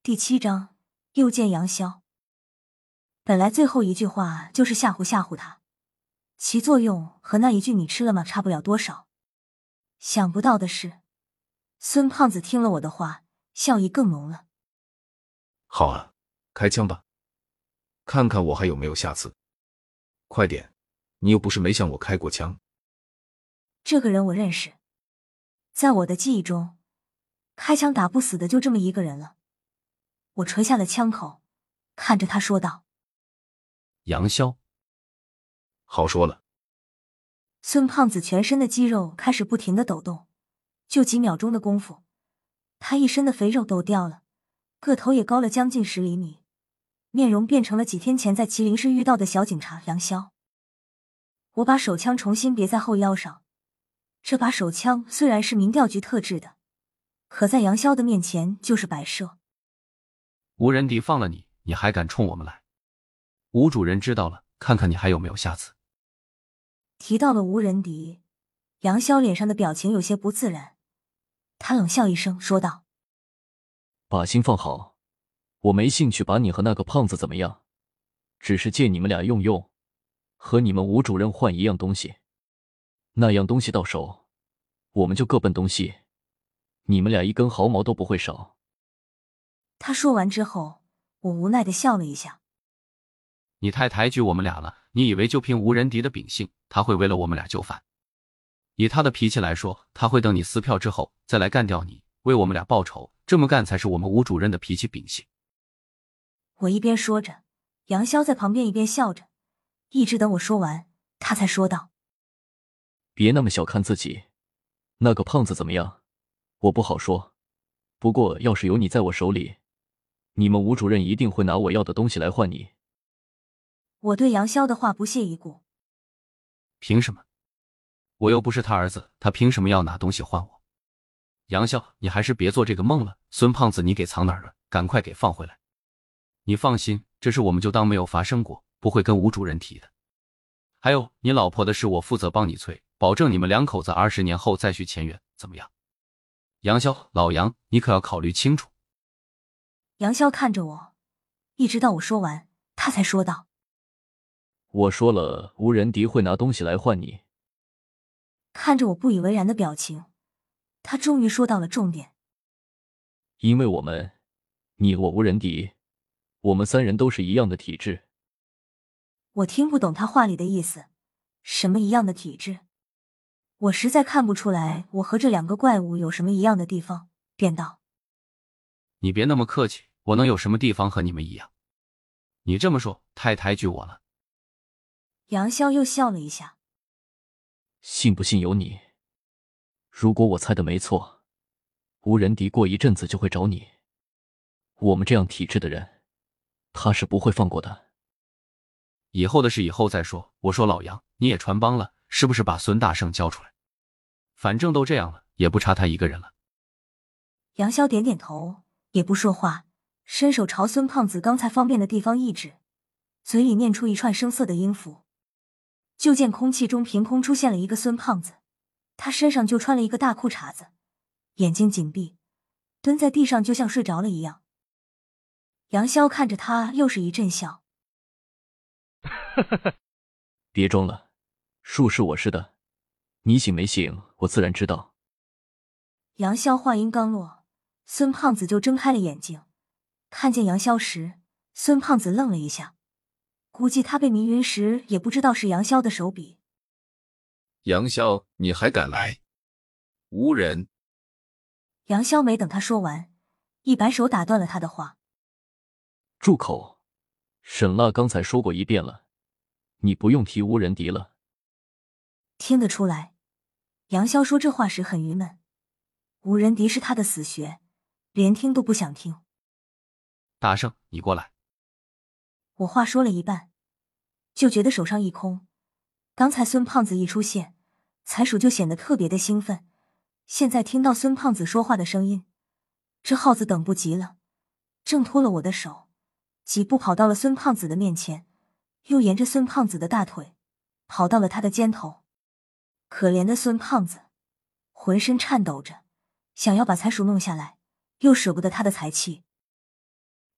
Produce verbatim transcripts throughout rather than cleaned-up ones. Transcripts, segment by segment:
第七章，又见杨逍。本来最后一句话就是吓唬吓唬他，其作用和那一句你吃了吗差不了多少。想不到的是，孙胖子听了我的话，笑意更浓了。 好啊，开枪吧，看看我还有没有下次。快点，你又不是没向我开过枪。 这个人我认识，在我的记忆中，开枪打不死的就这么一个人了。我垂下了枪口，看着他说道： 杨逍。 好说了。 孙胖子全身的肌肉开始不停地抖动，就几秒钟的功夫，他一身的肥肉抖掉了，个头也高了将近十厘米，面容变成了几天前在麒麟市遇到的小警察杨逍。我把手枪重新别在后腰上，这把手枪虽然是民调局特制的，可在杨逍的面前就是摆设。 吴仁迪放了你，你还敢冲我们来？吴主任知道了，看看你还有没有下次。 提到了吴仁迪，杨逍脸上的表情有些不自然，他冷笑一声说道： 把心放好，我没兴趣把你和那个胖子怎么样，只是借你们俩用用，和你们吴主任换一样东西，那样东西到手，我们就各奔东西，你们俩一根毫毛都不会少。 他说完之后，我无奈地笑了一下。 你太抬举我们俩了，你以为就凭吴仁迪的秉性，他会为了我们俩就范？以他的脾气来说，他会等你撕票之后再来干掉你，为我们俩报仇，这么干才是我们吴主任的脾气秉性。 我一边说着，杨逍在旁边一边笑着，一直等我说完，他才说道： 别那么小看自己，那个胖子怎么样，我不好说，不过要是有你在我手里，你们吴主任一定会拿我要的东西来换你。 我对杨逍的话不屑一顾。 凭什么？我又不是他儿子，他凭什么要拿东西换我？杨逍，你还是别做这个梦了。孙胖子你给藏哪儿了？赶快给放回来。你放心，这事我们就当没有发生过，不会跟吴主任提的。还有你老婆的事我负责帮你催，保证你们两口子二十年后再续前缘，怎么样？杨逍，老杨，你可要考虑清楚。 杨逍看着我，一直到我说完，他才说道： 我说了，吴仁迪会拿东西来换你。 看着我不以为然的表情，他终于说到了重点。 因为我们，你我吴仁迪，我们三人都是一样的体质。 我听不懂他话里的意思，什么一样的体质？我实在看不出来我和这两个怪物有什么一样的地方，便道： 你别那么客气，我能有什么地方和你们一样？你这么说太抬举我了。 杨逍又笑了一下。 信不信由你。如果我猜的没错，吴仁迪过一阵子就会找你。我们这样体质的人，他是不会放过的。 以后的事以后再说。我说老杨，你也穿帮了，是不是把孙大圣交出来？反正都这样了，也不差他一个人了。 杨逍点点头，也不说话，伸手朝孙胖子刚才方便的地方一指，嘴里念出一串声色的音符。就见空气中凭空出现了一个孙胖子，他身上就穿了一个大裤衩子，眼睛紧闭，蹲在地上就像睡着了一样。杨逍看着他又是一阵笑。 别装了，术是我是的，你醒没醒我自然知道。 杨逍话音刚落，孙胖子就睁开了眼睛，看见杨逍时，孙胖子愣了一下，估计他被迷晕时也不知道是杨逍的手笔。 杨逍，你还敢来？无人。 杨逍没等他说完，一摆手打断了他的话。 住口！沈辣刚才说过一遍了，你不用提吴仁迪了。 听得出来，杨逍说这话时很郁闷。吴仁迪是他的死穴，连听都不想听。 大圣，你过来。 我话说了一半，就觉得手上一空。刚才孙胖子一出现，财鼠就显得特别的兴奋。现在听到孙胖子说话的声音，这耗子等不及了，挣脱了我的手，几步跑到了孙胖子的面前，又沿着孙胖子的大腿跑到了他的肩头。可怜的孙胖子浑身颤抖着，想要把财鼠弄下来，又舍不得他的财气。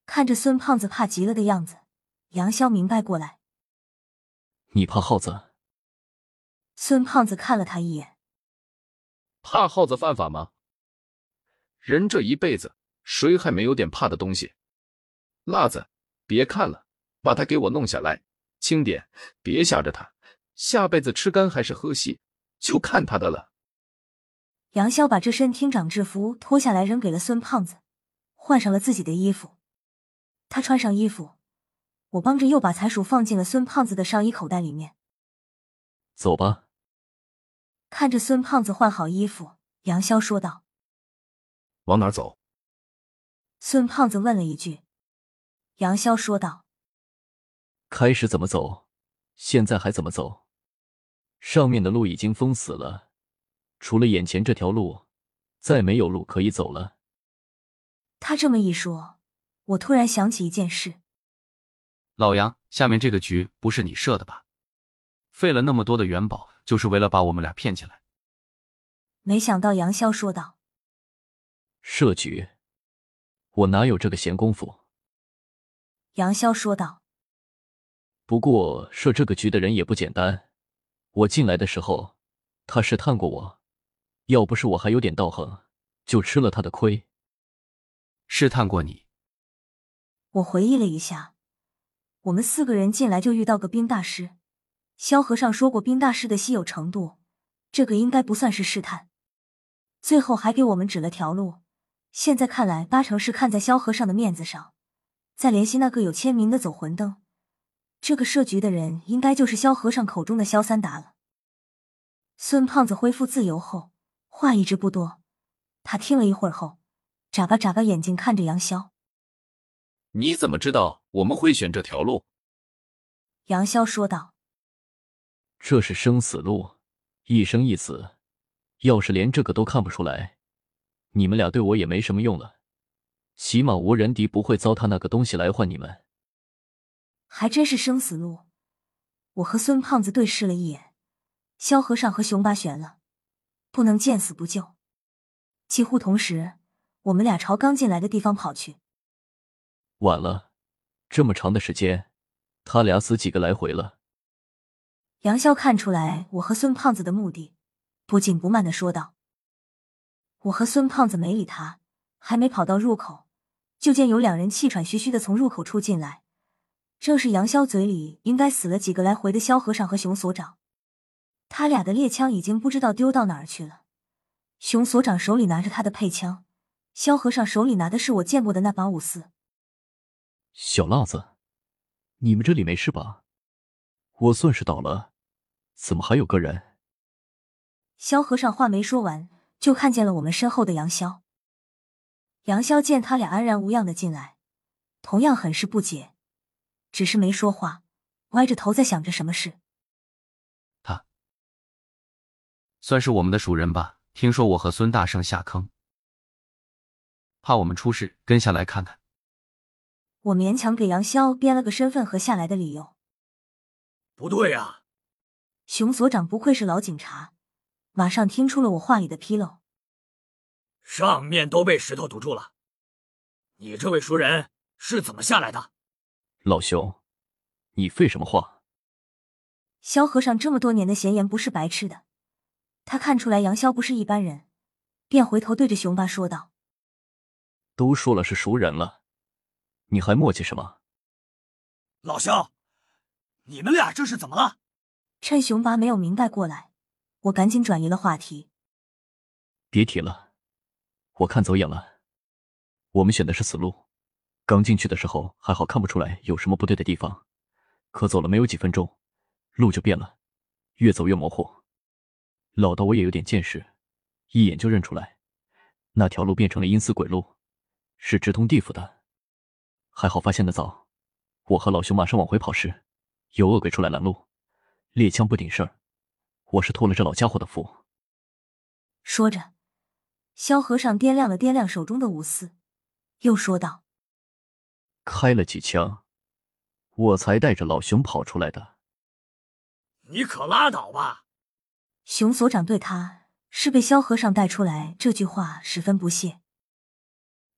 看着孙胖子怕极了的样子，杨潇明白过来。 你怕耗子？ 孙胖子看了他一眼。 怕耗子犯法吗？人这一辈子，谁还没有点怕的东西？辣子，别看了，把他给我弄下来，轻点，别吓着他，下辈子吃干还是喝稀，就看他的了。 杨潇把这身厅长制服脱下来扔给了孙胖子，换上了自己的衣服。他穿上衣服，我帮着又把财鼠放进了孙胖子的上衣口袋里面。 走吧。 看着孙胖子换好衣服，杨潇说道。 往哪儿走？ 孙胖子问了一句。杨潇说道。 开始怎么走，现在还怎么走？上面的路已经封死了，除了眼前这条路，再没有路可以走了。 他这么一说，我突然想起一件事。 老杨，下面这个局不是你设的吧？费了那么多的元宝，就是为了把我们俩骗起来。 没想到杨潇说道。 设局？我哪有这个闲工夫？ 杨潇说道。 不过设这个局的人也不简单，我进来的时候，他试探过我，要不是我还有点道行，就吃了他的亏。 试探过你？ 我回忆了一下，我们四个人进来就遇到个冰大师，萧和尚说过冰大师的稀有程度，这个应该不算是试探。最后还给我们指了条路，现在看来八成是看在萧和尚的面子上，再联系那个有签名的走魂灯，这个设局的人应该就是萧和尚口中的萧三达了。孙胖子恢复自由后，话一直不多，他听了一会儿后，眨巴眨巴眼睛看着杨潇。 你怎么知道我们会选这条路？ 杨潇说道。 这是生死路，一生一死，要是连这个都看不出来，你们俩对我也没什么用了，起码无人敌不会糟蹋那个东西来换你们。 还真是生死路。我和孙胖子对视了一眼，萧和尚和熊八选了，不能见死不救。几乎同时，我们俩朝刚进来的地方跑去。 晚了，这么长的时间，他俩死几个来回了。 杨潇看出来我和孙胖子的目的，不紧不慢地说道。我和孙胖子没理他，还没跑到入口，就见有两人气喘吁吁地从入口处进来，正是杨潇嘴里应该死了几个来回的萧和尚和熊所长。他俩的猎枪已经不知道丢到哪儿去了，熊所长手里拿着他的配枪，萧和尚手里拿的是我见过的那把五四。 小辣子，你们这里没事吧？我算是倒了，怎么还有个人？ 萧和尚话没说完，就看见了我们身后的杨潇。杨潇见他俩安然无恙的进来，同样很是不解，只是没说话，歪着头在想着什么事。 他算是我们的熟人吧，听说我和孙大圣下坑，怕我们出事，跟下来看看。 我勉强给杨潇编了个身份和下来的理由。 不对啊！ 熊所长不愧是老警察，马上听出了我话里的纰漏。 上面都被石头堵住了，你这位熟人是怎么下来的？ 老熊，你废什么话？ 萧和尚这么多年的闲言不是白吃的，他看出来杨潇不是一般人，便回头对着熊八说道。 都说了是熟人了，你还磨叽什么？ 老萧，你们俩这是怎么了？ 趁熊八没有明白过来，我赶紧转移了话题。 别提了，我看走眼了。我们选的是死路，刚进去的时候还好看不出来有什么不对的地方，可走了没有几分钟，路就变了，越走越模糊。老道我也有点见识，一眼就认出来，那条路变成了阴司鬼路，是直通地府的。还好发现的早，我和老熊马上往回跑时，有恶鬼出来拦路，猎枪不顶事儿，我是托了这老家伙的福。 说着，萧和尚掂量了掂量手中的五四，又说道： 开了几枪，我才带着老熊跑出来的。 你可拉倒吧！ 熊所长对他是被萧和尚带出来这句话十分不屑。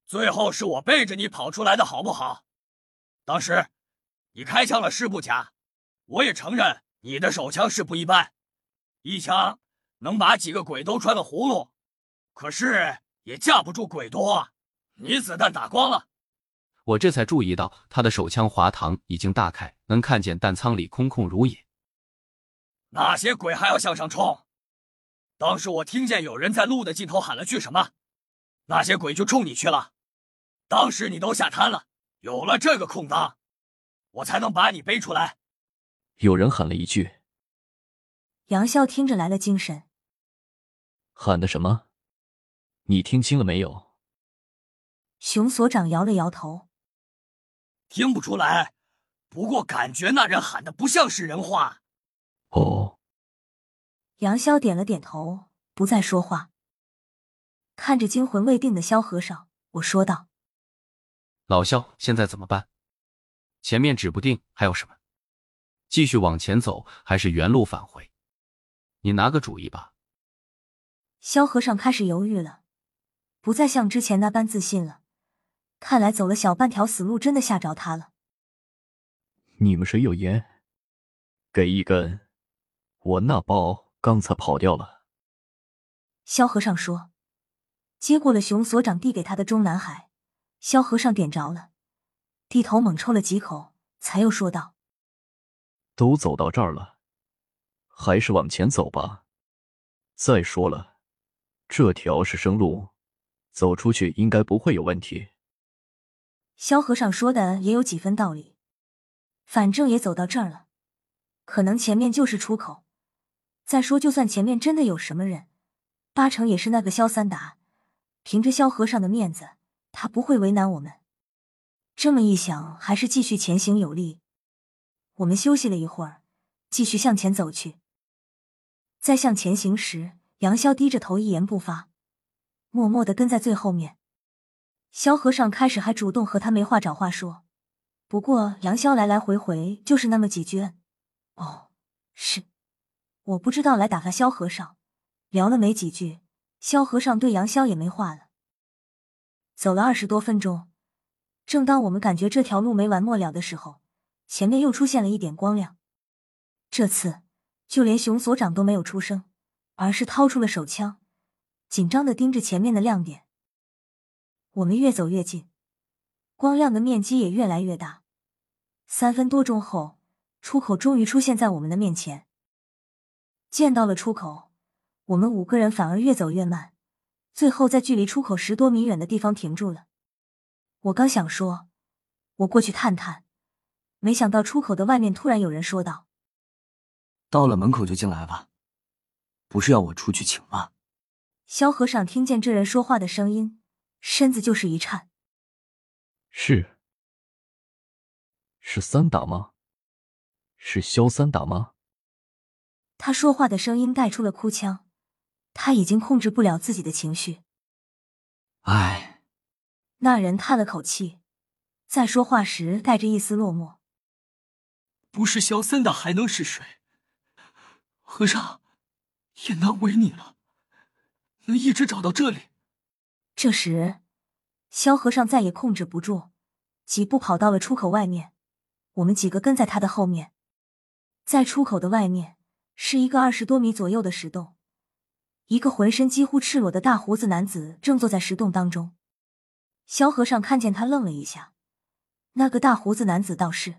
最后是我背着你跑出来的，好不好？当时你开枪了是不假，我也承认你的手枪是不一般，一枪能把几个鬼都穿个葫芦，可是也架不住鬼多啊，你子弹打光了。 我这才注意到他的手枪滑膛已经大开，能看见弹仓里空空如也。 那些鬼还要向上冲，当时我听见有人在路的尽头喊了句什么，那些鬼就冲你去了。当时你都吓瘫了，有了这个空档，我才能把你背出来。 有人喊了一句。 杨潇听着来了精神。 喊的什么？你听清了没有？ 熊所长摇了摇头。 听不出来，不过感觉那人喊的不像是人话。 哦。 杨潇点了点头，不再说话。看着惊魂未定的萧和尚，我说道： 老萧，现在怎么办？前面指不定还有什么，继续往前走还是原路返回？你拿个主意吧。 萧和尚开始犹豫了，不再像之前那般自信了，看来走了小半条死路真的吓着他了。 你们谁有烟？给一根，我那包刚才跑掉了。 萧和尚说，接过了熊所长递给他的中南海，萧和尚点着了，低头猛抽了几口，才又说道： 都走到这儿了，还是往前走吧。再说了，这条是生路，走出去应该不会有问题。 萧和尚说的也有几分道理，反正也走到这儿了，可能前面就是出口。再说就算前面真的有什么人，八成也是那个萧三达，凭着萧和尚的面子，他不会为难我们。这么一想，还是继续前行有利。我们休息了一会儿，继续向前走去。在向前行时，杨潇低着头一言不发，默默地跟在最后面。萧和尚开始还主动和他没话找话说，不过杨潇来来回回就是那么几句嗯哦是，我不知道来打发萧和尚，聊了没几句，萧和尚对杨潇也没话了。走了二十多分钟，正当我们感觉这条路没完没了的时候，前面又出现了一点光亮。这次就连熊所长都没有出声，而是掏出了手枪，紧张地盯着前面的亮点。我们越走越近，光亮的面积也越来越大。三分多钟后，出口终于出现在我们的面前。见到了出口，我们五个人反而越走越慢，最后在距离出口十多米远的地方停住了。我刚想说我过去探探，没想到出口的外面突然有人说道： 到了门口就进来吧，不是要我出去请吗？ 萧和尚听见这人说话的声音，身子就是一颤。 是是三打吗？是萧三打吗？ 他说话的声音带出了哭腔，他已经控制不了自己的情绪。 唉， 那人叹了口气，在说话时带着一丝落寞。 不是萧三打还能是谁？和尚，也难为你了，能一直找到这里。 这时，萧和尚再也控制不住，几步跑到了出口外面，我们几个跟在他的后面。在出口的外面是一个二十多米左右的石洞，一个浑身几乎赤裸的大胡子男子正坐在石洞当中。萧和尚看见他愣了一下，那个大胡子男子倒是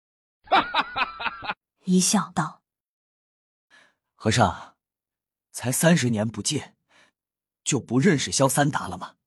一笑道： 和尚，才三十年不见，就不认识萧三达了吗？